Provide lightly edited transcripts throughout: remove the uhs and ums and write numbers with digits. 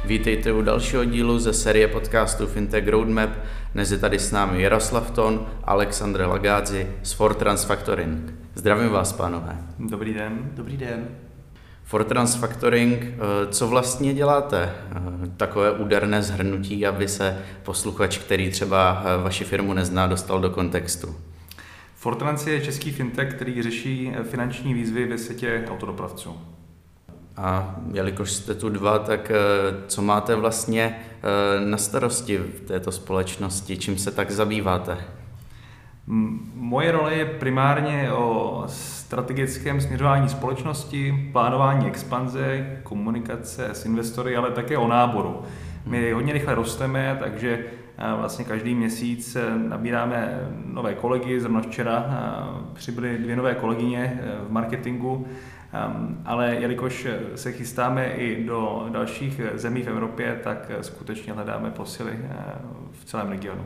Vítejte u dalšího dílu ze série podcastu Fintech Roadmap. Dnes je tady s námi Jaroslav Ton, Alexandr Lagádzi z Fortrans Factoring. Zdravím vás, pánové. Dobrý den. Dobrý den. Fortrans Factoring, co vlastně děláte? Takové úderné shrnutí, aby se posluchač, který třeba vaši firmu nezná, dostal do kontextu. Fortrans je český fintech, který řeší finanční výzvy ve světě autodopravců. A jelikož jste tu dva, tak co máte vlastně na starosti v této společnosti? Čím se tak zabýváte? Moje role je primárně o strategickém směřování společnosti, plánování expanze, komunikace s investory, ale také o náboru. My hodně rychle rosteme, takže vlastně každý měsíc nabíráme nové kolegy. Zrovna včera přibyly 2 nové kolegyně v marketingu, ale jelikož se chystáme i do dalších zemí v Evropě, tak skutečně hledáme posily v celém regionu.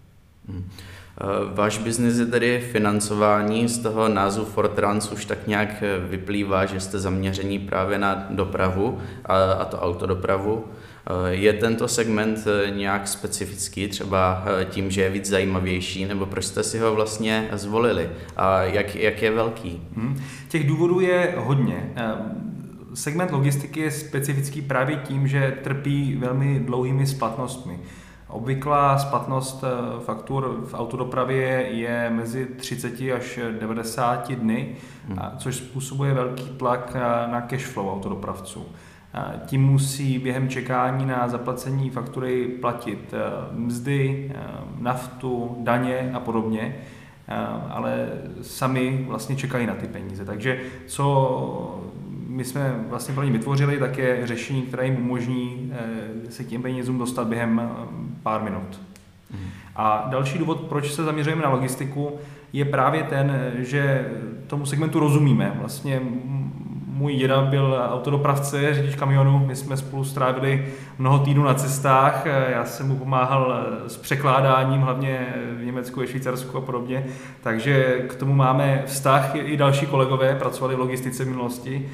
Váš biznis je tedy financování, z toho názvu Fortrans už tak nějak vyplývá, že jste zaměření právě na dopravu, a to autodopravu. Je tento segment nějak specifický, třeba tím, že je víc zajímavější, nebo proč jste si ho vlastně zvolili a jak je velký? Těch důvodů je hodně. Segment logistiky je specifický právě tím, že trpí velmi dlouhými splatnostmi. Obvyklá splatnost faktur v autodopravě je mezi 30 až 90 dny, což způsobuje velký tlak na cash flow autodopravců. Tím musí během čekání na zaplacení faktury platit mzdy, naftu, daně a podobně, ale sami vlastně čekají na ty peníze. Takže co my jsme vlastně pro ně vytvořili, tak je řešení, které jim umožní se k těm penězům dostat během pár minut. A další důvod, proč se zaměřujeme na logistiku, je právě ten, že tomu segmentu rozumíme. Vlastně můj děda byl autodopravce, řidič kamionu, my jsme spolu strávili mnoho týdnů na cestách, já jsem mu pomáhal s překládáním, hlavně v Německu, ve Švýcarsku a podobně, takže k tomu máme vztah, i další kolegové pracovali v logistice v minulosti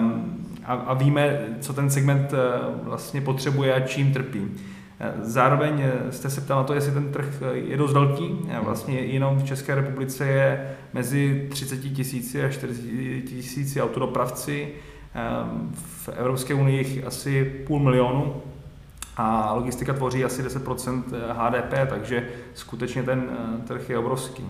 a víme, co ten segment vlastně potřebuje a čím trpí. Zároveň jste se ptal na to, jestli ten trh je dost velký. Vlastně jenom v České republice je mezi 30 000 a 40 000 autodopravci. V Evropské unii jich asi 500 000 a logistika tvoří asi 10% HDP, takže skutečně ten trh je obrovský.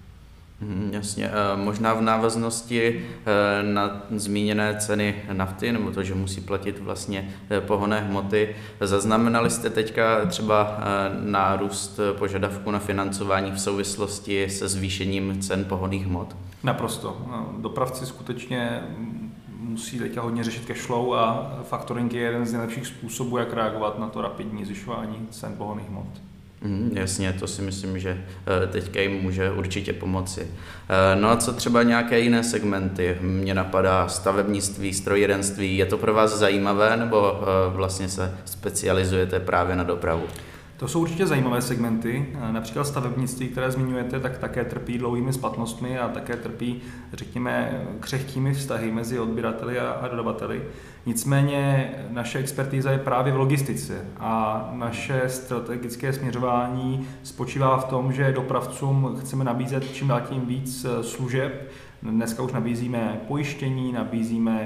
Jasně, možná v návaznosti na zmíněné ceny nafty, nebo to, že musí platit vlastně pohonné hmoty, zaznamenali jste teďka třeba nárůst požadavku na financování v souvislosti se zvýšením cen pohonných hmot? Naprosto. Dopravci skutečně musí teďka hodně řešit cash flow a factoring je jeden z nejlepších způsobů, jak reagovat na to rapidní zvyšování cen pohonných hmot. Jasně, to si myslím, že teďka jim může určitě pomoci. No a co třeba nějaké jiné segmenty? Mně napadá stavebnictví, strojírenství. Je to pro vás zajímavé, nebo vlastně se specializujete právě na dopravu? To jsou určitě zajímavé segmenty. Například stavebnictví, které zmiňujete, tak také trpí dlouhými splatnostmi a také trpí, řekněme, křehkými vztahy mezi odběrateli a dodavateli. Nicméně naše expertíza je právě v logistice a naše strategické směřování spočívá v tom, že dopravcům chceme nabízet čím dál tím víc služeb. Dneska už nabízíme pojištění, nabízíme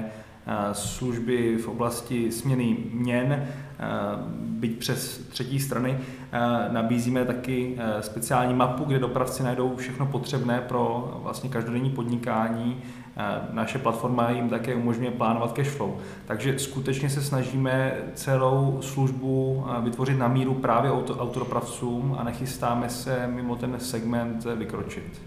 služby v oblasti směny měn, byť přes třetí strany. Nabízíme taky speciální mapu, kde dopravci najdou všechno potřebné pro vlastně každodenní podnikání. Naše platforma jim také umožňuje plánovat cash flow. Takže skutečně se snažíme celou službu vytvořit na míru právě autodopravcům a nechystáme se mimo ten segment vykročit.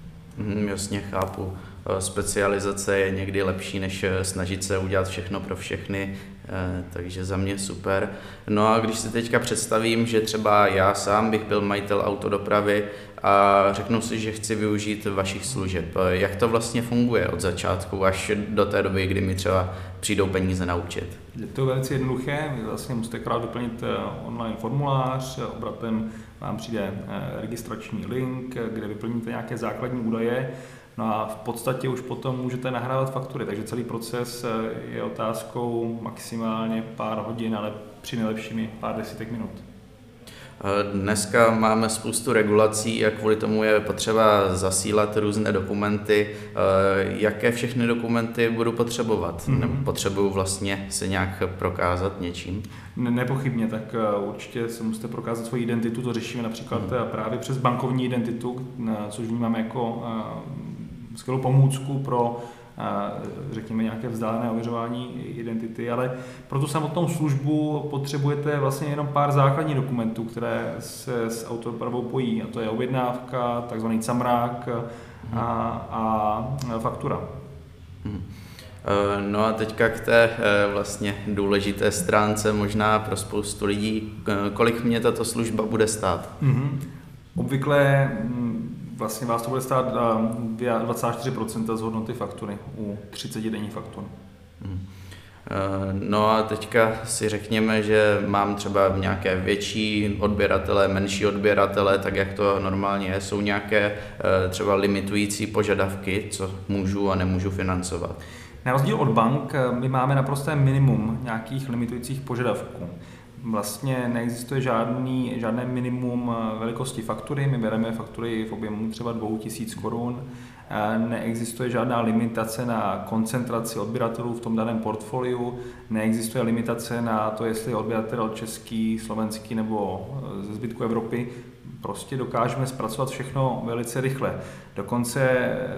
Jasně, chápu. Specializace je někdy lepší, než snažit se udělat všechno pro všechny, takže za mě super. No a když si teďka představím, že třeba já sám bych byl majitel autodopravy a řeknu si, že chci využít vašich služeb, jak to vlastně funguje od začátku až do té doby, kdy mi třeba přijdou peníze na účet? Je to velice jednoduché, vy vlastně musíte akorát vyplnit online formulář, obratem vám přijde registrační link, kde vyplníte nějaké základní údaje. No a v podstatě už potom můžete nahrávat faktury, takže celý proces je otázkou maximálně pár hodin, ale při nejlepšími pár desítek minut. Dneska máme spoustu regulací a kvůli tomu je potřeba zasílat různé dokumenty. Jaké všechny dokumenty budu potřebovat? Potřebuju vlastně se nějak prokázat něčím? Nepochybně, tak určitě se musíte prokázat svoji identitu, to řešíme například právě přes bankovní identitu, což vnímáme jako skvělou pomůcku pro řekněme nějaké vzdálené ověřování identity, ale pro tu samotnou službu potřebujete vlastně jenom pár základních dokumentů, které se s autodopravou pojí, a to je objednávka, takzvaný camrák a faktura. No a teďka k té vlastně důležité stránce možná pro spoustu lidí, kolik mě tato služba bude stát? Obvykle vlastně vás to bude stát 24% z hodnoty faktury u 30-denní faktur. No a teďka si řekněme, že mám třeba nějaké větší odběratele, menší odběratele, tak jak to normálně je. Jsou nějaké třeba limitující požadavky, co můžu a nemůžu financovat? Na rozdíl od bank, my máme naprosté minimum nějakých limitujících požadavků. Vlastně neexistuje žádné minimum velikosti faktury, my bereme faktury v objemu třeba 2000 korun, neexistuje žádná limitace na koncentraci odběratelů v tom daném portfoliu, neexistuje limitace na to, jestli je odběratel český, slovenský nebo ze zbytku Evropy, prostě dokážeme zpracovat všechno velice rychle. Dokonce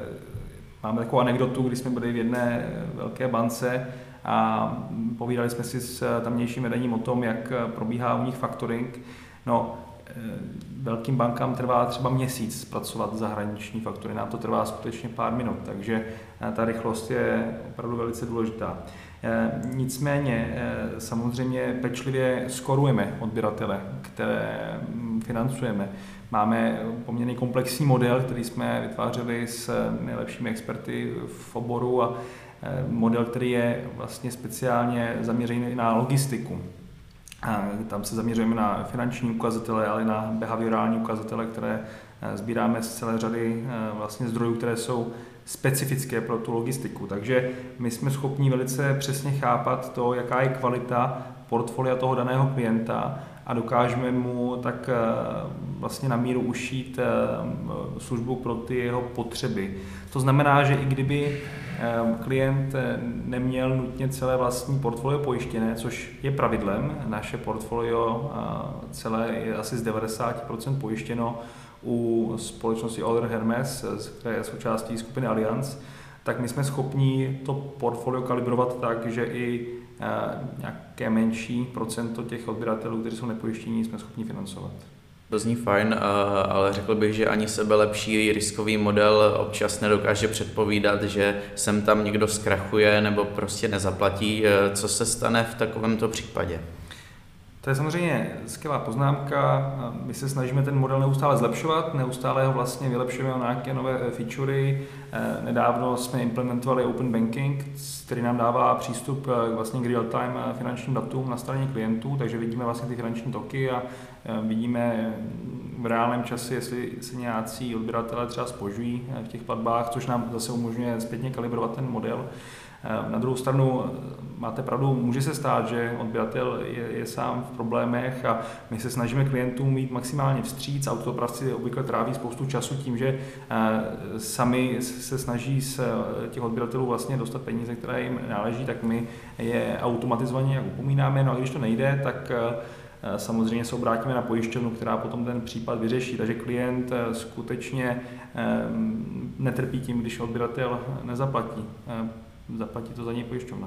máme takovou anekdotu, kdy jsme byli v jedné velké bance a povídali jsme si s tamnějším vedením o tom, jak probíhá u nich faktoring. No, velkým bankám trvá třeba měsíc zpracovat zahraniční faktury, nám to trvá skutečně pár minut, takže ta rychlost je opravdu velice důležitá. Nicméně samozřejmě pečlivě skorujeme odběratele, které financujeme. Máme poměrně komplexní model, který jsme vytvářeli s nejlepšími experty v oboru a model, který je vlastně speciálně zaměřený na logistiku. A tam se zaměřujeme na finanční ukazatele, ale na behaviorální ukazatele, které sbíráme z celé řady vlastně zdrojů, které jsou specifické pro tu logistiku. Takže my jsme schopni velice přesně chápat to, jaká je kvalita portfolia toho daného klienta a dokážeme mu tak vlastně na míru ušít službu pro ty jeho potřeby. To znamená, že i kdyby klient neměl nutně celé vlastní portfolio pojištěné, což je pravidlem, naše portfolio celé je asi z 90% pojištěno u společnosti Euler Hermes, která je součástí skupiny Allianz, tak my jsme schopni to portfolio kalibrovat tak, že i nějaké menší procento těch odběratelů, kteří jsou nepojištění, jsme schopni financovat. To zní fajn, ale řekl bych, že ani sebelepší riskový model občas nedokáže předpovídat, že sem tam někdo zkrachuje nebo prostě nezaplatí. Co se stane v takovémto případě? To je samozřejmě skvělá poznámka. My se snažíme ten model neustále zlepšovat, neustále ho vlastně vylepšujeme o nějaké nové featurey. Nedávno jsme implementovali Open Banking, který nám dává přístup vlastně k real-time finančním datům na straně klientů, takže vidíme vlastně ty finanční toky a vidíme v reálném čase, jestli se nějací odběratelé třeba zpožují v těch platbách, což nám zase umožňuje zpětně kalibrovat ten model. Na druhou stranu máte pravdu, může se stát, že odběratel je sám v problémech a my se snažíme klientům mít maximálně vstříc. Autodopravci obvykle tráví spoustu času tím, že sami se snaží z těch odběratelů vlastně dostat peníze, které jim náleží, tak my je automatizovaně jak upomínáme, no a když to nejde, tak samozřejmě se obrátíme na pojišťovnu, která potom ten případ vyřeší. Takže klient skutečně netrpí tím, když odběratel nezaplatí. Zaplatí to za něj pojišťovna.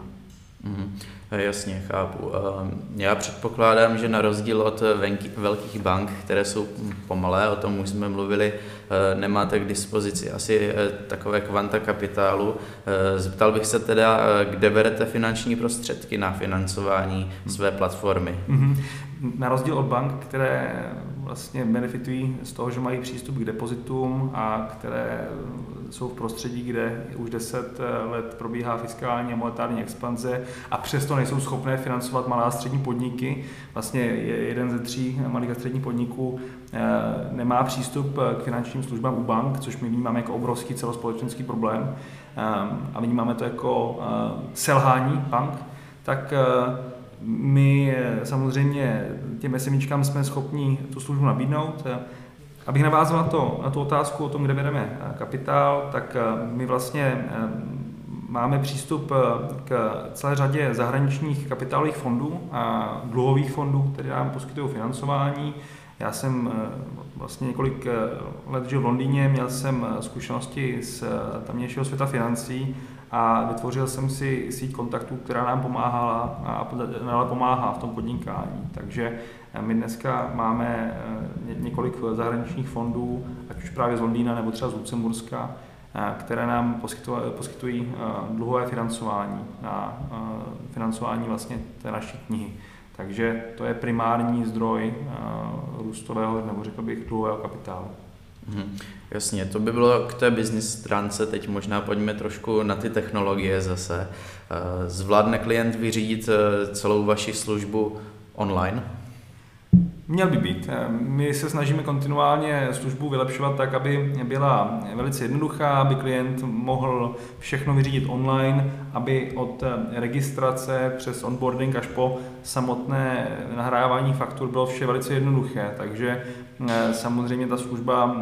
Jasně, chápu. Já předpokládám, že na rozdíl od velkých bank, které jsou pomalé, o tom už jsme mluvili, nemáte k dispozici asi takové kvanta kapitálu. Zeptal bych se teda, kde berete finanční prostředky na financování své platformy? Na rozdíl od bank, které vlastně benefitují z toho, že mají přístup k depozitům a které jsou v prostředí, kde už 10 let probíhá fiskální a monetární expanze a přesto nejsou schopné financovat malé a střední podniky. Vlastně jeden ze 3 malých a středních podniků nemá přístup k finančním službám u bank, což my vnímáme jako obrovský celospolečenský problém a vnímáme to jako selhání bank, tak my samozřejmě těm SMIčkám jsme schopni tu službu nabídnout. Abych navázal na tu otázku o tom, kde bereme kapitál, tak my vlastně máme přístup k celé řadě zahraničních kapitálových fondů a dluhových fondů, které nám poskytují financování. Já jsem vlastně několik let žil v Londýně, měl jsem zkušenosti z tamnějšího světa financí a vytvořil jsem si síť kontaktů, která nám pomáhala a pomáhá v tom podnikání. Takže my dneska máme několik zahraničních fondů, ať už právě z Londýna nebo třeba z Lucemburska, které nám poskytují dluhové financování na financování vlastně té naší knihy. Takže to je primární zdroj růstového, nebo řekl bych, dluhového kapitálu. Jasně, to by bylo k té business stránce, teď možná pojďme trošku na ty technologie zase. Zvládne klient vyřídit celou vaši službu online? Měl by být. My se snažíme kontinuálně službu vylepšovat tak, aby byla velice jednoduchá, aby klient mohl všechno vyřídit online, aby od registrace přes onboarding až po samotné nahrávání faktur bylo vše velice jednoduché. Takže samozřejmě ta služba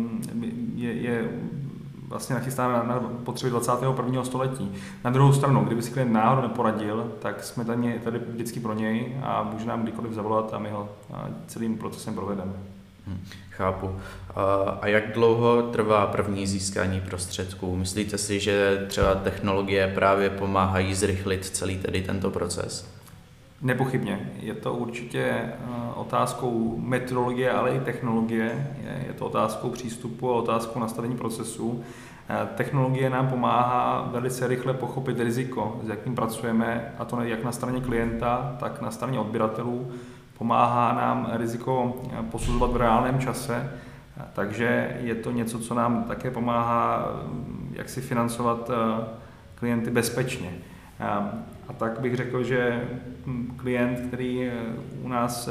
je vlastně nachystána na potřeby 21. století. Na druhou stranu, kdyby si klient náhodou neporadil, tak jsme tady vždycky pro něj a může nám kdykoliv zavolat a my ho celým procesem provedeme. Chápu. A jak dlouho trvá první získání prostředků? Myslíte si, že třeba technologie právě pomáhají zrychlit celý tedy tento proces? Nepochybně. Je to určitě otázkou metodologie, ale i technologie. Je to otázkou přístupu a otázkou nastavení procesu. Technologie nám pomáhá velice rychle pochopit riziko, s jakým pracujeme, a to jak na straně klienta, tak na straně odběratelů. Pomáhá nám riziko posuzovat v reálném čase, takže je to něco, co nám také pomáhá, jak si financovat klienty bezpečně. A tak bych řekl, že klient, který u nás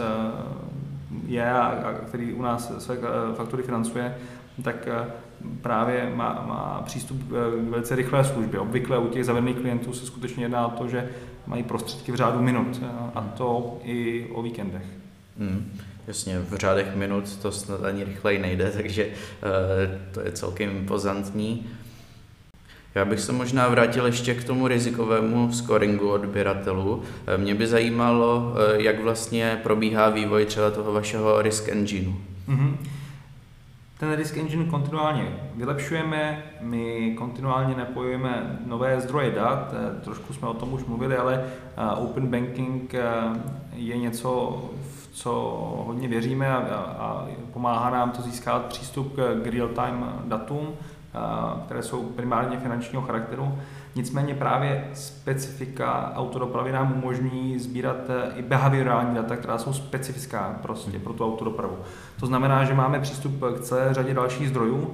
je a který u nás své faktury financuje, tak právě má přístup k velice rychlé službě. Obvykle u těch zavedených klientů se skutečně jedná o to, že mají prostředky v řádu minut, a to i o víkendech. Jasně, v řádech minut to snad ani rychleji nejde, takže to je celkem impozantní. Já bych se možná vrátil ještě k tomu rizikovému scoringu odběratelů. Mě by zajímalo, jak vlastně probíhá vývoj třeba toho vašeho risk engineu. Ten risk engine kontinuálně vylepšujeme, my kontinuálně napojujeme nové zdroje dat, trošku jsme o tom už mluvili, ale open banking je něco, v co hodně věříme a pomáhá nám to získat přístup k real-time datům, které jsou primárně finančního charakteru. Nicméně právě specifika autodopravy nám umožní sbírat i behaviorální data, která jsou specifická prostě pro tu autodopravu. To znamená, že máme přístup k celé řadě dalších zdrojů,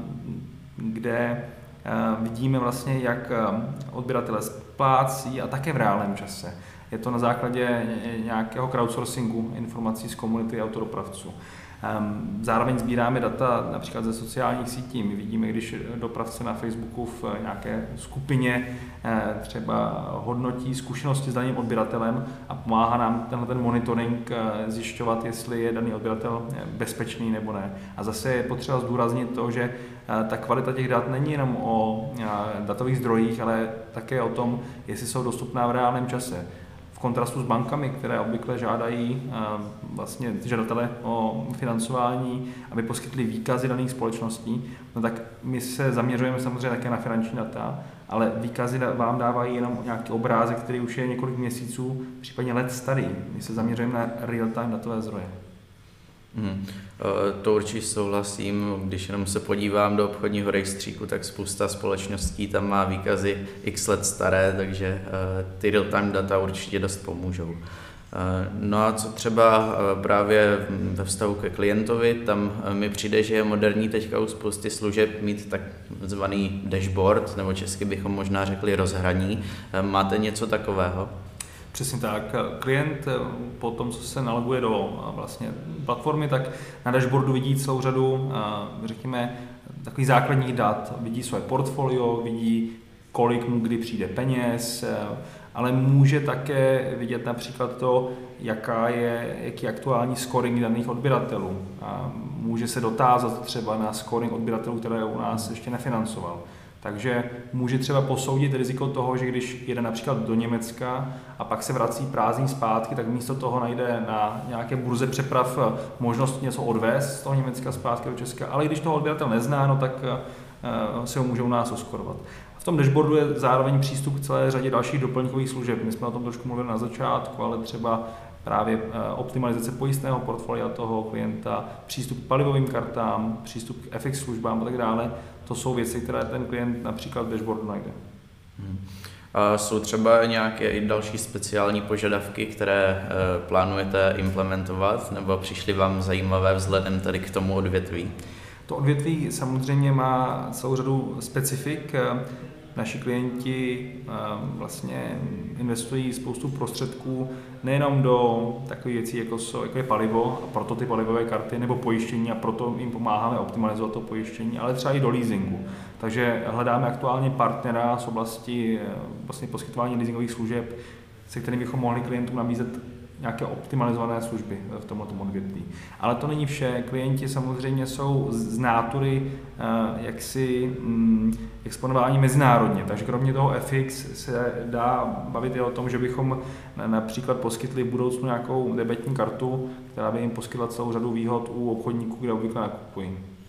kde vidíme vlastně, jak odběratele splácí a také v reálném čase. Je to na základě nějakého crowdsourcingu informací z komunity autodopravců. Zároveň sbíráme data například ze sociálních sítí. My vidíme, když dopravce na Facebooku v nějaké skupině třeba hodnotí zkušenosti s daným odběratelem a pomáhá nám ten monitoring zjišťovat, jestli je daný odběratel bezpečný nebo ne. A zase je potřeba zdůraznit to, že ta kvalita těch dat není jenom o datových zdrojích, ale také o tom, jestli jsou dostupná v reálném čase. V kontrastu s bankami, které obvykle žádají vlastně žadatele o financování, aby poskytli výkazy daných společností, no tak my se zaměřujeme samozřejmě také na finanční data, ale výkazy vám dávají jenom nějaký obrázek, který už je několik měsíců, případně let starý. My se zaměřujeme na real-time datové zdroje. To určitě souhlasím, když jenom se podívám do obchodního rejstříku, tak spousta společností tam má výkazy x let staré, takže ty real-time data určitě dost pomůžou. No a co třeba právě ve vztahu ke klientovi, tam mi přijde, že je moderní teďka u spousty služeb mít takzvaný dashboard, nebo česky bychom možná řekli rozhraní. Máte něco takového? Přesně tak. Klient po tom, co se naloguje do vlastně platformy, tak na dashboardu vidí celou řadu, řekněme, takových základních dat. Vidí své portfolio, vidí, kolik mu kdy přijde peněz, ale může také vidět například to, jaký je aktuální scoring daných odběratelů. A může se dotázat třeba na scoring odběratelů, které u nás ještě nefinancoval. Takže může třeba posoudit riziko toho, že když jede například do Německa a pak se vrací prázdný zpátky, tak místo toho najde na nějaké burze přeprav možnost něco odvést z toho Německa zpátky do Česka, ale i když toho odběratel nezná, no tak se ho může u nás oskorovat. V tom dashboardu je zároveň přístup k celé řadě dalších doplňkových služeb. My jsme o tom trošku mluvili na začátku, ale třeba právě optimalizace pojistného portfolia toho klienta, přístup k palivovým kartám, přístup k FX službám a tak dále. To jsou věci, které ten klient například v dashboardu najde. A jsou třeba nějaké i další speciální požadavky, které plánujete implementovat, nebo přišly vám zajímavé vzhledem tady k tomu odvětví? To odvětví samozřejmě má celou řadu specifik. Naši klienti vlastně investují spoustu prostředků nejenom do takových věcí, jako je palivo, a proto ty palivové karty nebo pojištění, a proto jim pomáháme optimalizovat to pojištění, ale třeba i do leasingu. Takže hledáme aktuálně partnera z oblasti vlastně poskytování leasingových služeb, se kterými bychom mohli klientům nabízet nějaké optimalizované služby v tomto odvětví. Ale to není vše. Klienti samozřejmě jsou z nátury jaksi exponování mezinárodně. Takže kromě toho FX se dá bavit i o tom, že bychom například poskytli v budoucnu nějakou debetní kartu, která by jim poskytla celou řadu výhod u obchodníků, kde obvykle nakupují.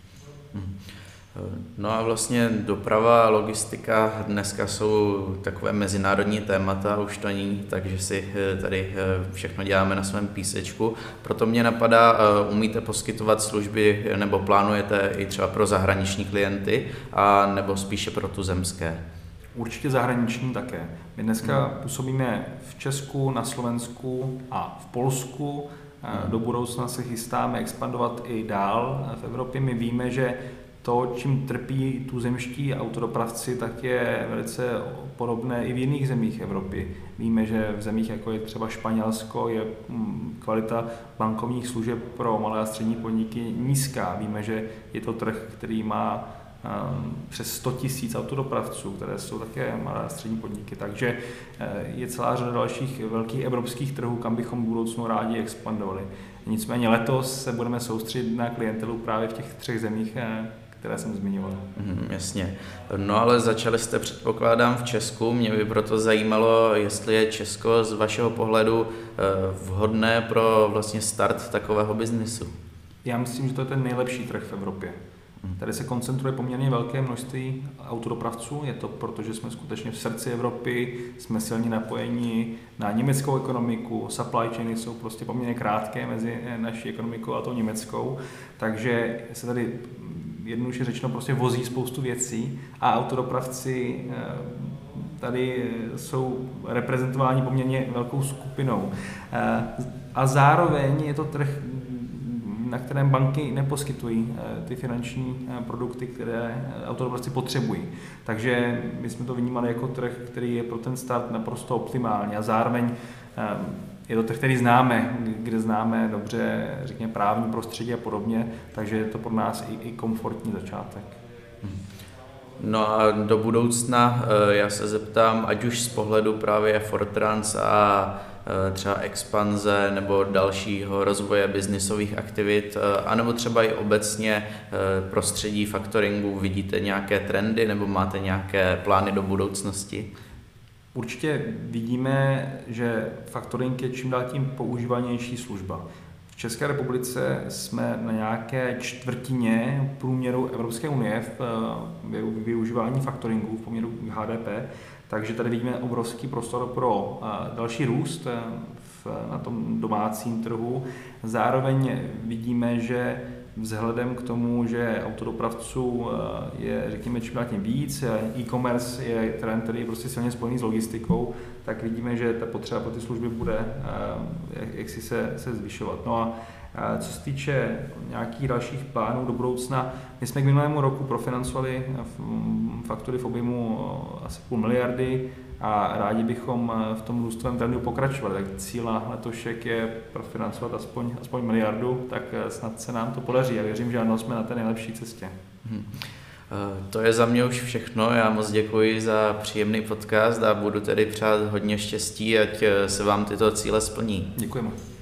No a vlastně doprava a logistika dneska jsou takové mezinárodní témata, už to není, takže si tady všechno děláme na svém písečku. Proto mě napadá, umíte poskytovat služby nebo plánujete i třeba pro zahraniční klienty, a nebo spíše pro tuzemské? Určitě zahraniční také. My dneska působíme v Česku, na Slovensku a v Polsku. Do budoucna se chystáme expandovat i dál v Evropě. My víme, že to, čím trpí tuzemští autodopravci, tak je velice podobné i v jiných zemích Evropy. Víme, že v zemích, jako je třeba Španělsko, je kvalita bankovních služeb pro malé a střední podniky nízká. Víme, že je to trh, který má přes 100 000 autodopravců, které jsou také malé a střední podniky. Takže je celá řada dalších velkých evropských trhů, kam bychom v budoucnu rádi expandovali. Nicméně letos se budeme soustředit na klientelu právě v těch 3 zemích, které jsem zmiňoval. Jasně. No ale začali jste, předpokládám, v Česku. Mě by proto zajímalo, jestli je Česko z vašeho pohledu vhodné pro vlastně start takového biznesu. Já myslím, že to je ten nejlepší trh v Evropě. Tady se koncentruje poměrně velké množství autodopravců. Je to proto, že jsme skutečně v srdci Evropy, jsme silně napojeni na německou ekonomiku, supply chainy jsou prostě poměrně krátké mezi naší ekonomikou a tou německou, takže se tady jednoduše řečeno prostě vozí spoustu věcí a autodopravci tady jsou reprezentováni poměrně velkou skupinou. A zároveň je to trh, na kterém banky neposkytují ty finanční produkty, které autodopravci potřebují. Takže my jsme to vnímali jako trh, který je pro ten start naprosto optimální a zároveň je to trh, který známe, kde známe dobře, řekněme, právní prostředí a podobně, takže je to pro nás i komfortní začátek. No a do budoucna já se zeptám, ať už z pohledu právě Fortrans a třeba expanze nebo dalšího rozvoje biznisových aktivit, anebo třeba i obecně prostředí faktoringu, vidíte nějaké trendy nebo máte nějaké plány do budoucnosti? Určitě vidíme, že faktoring je čím dál tím používanější služba. V České republice jsme na nějaké čtvrtině průměru Evropské unie v využívání faktoringu v poměru k HDP, takže tady vidíme obrovský prostor pro další růst na tom domácím trhu. Zároveň vidíme, že vzhledem k tomu, že autodopravců je, řekněme, čím dál tím víc, e-commerce je trend, který je prostě silně spojený s logistikou, tak vidíme, že ta potřeba pro ty služby bude jaksi se zvyšovat. No a co se týče nějakých dalších plánů do budoucna, my jsme k minulému roku profinancovali faktury v objemu asi 0,5 miliardy a rádi bychom v tom růstovém trendu pokračovali. Tak cíl na letošek je profinancovat aspoň miliardu, tak snad se nám to podaří. Já věřím, že ano, jsme na té nejlepší cestě. To je za mě už všechno. Já moc děkuji za příjemný podcast a budu tedy přát hodně štěstí, ať se vám tyto cíle splní. Děkujeme.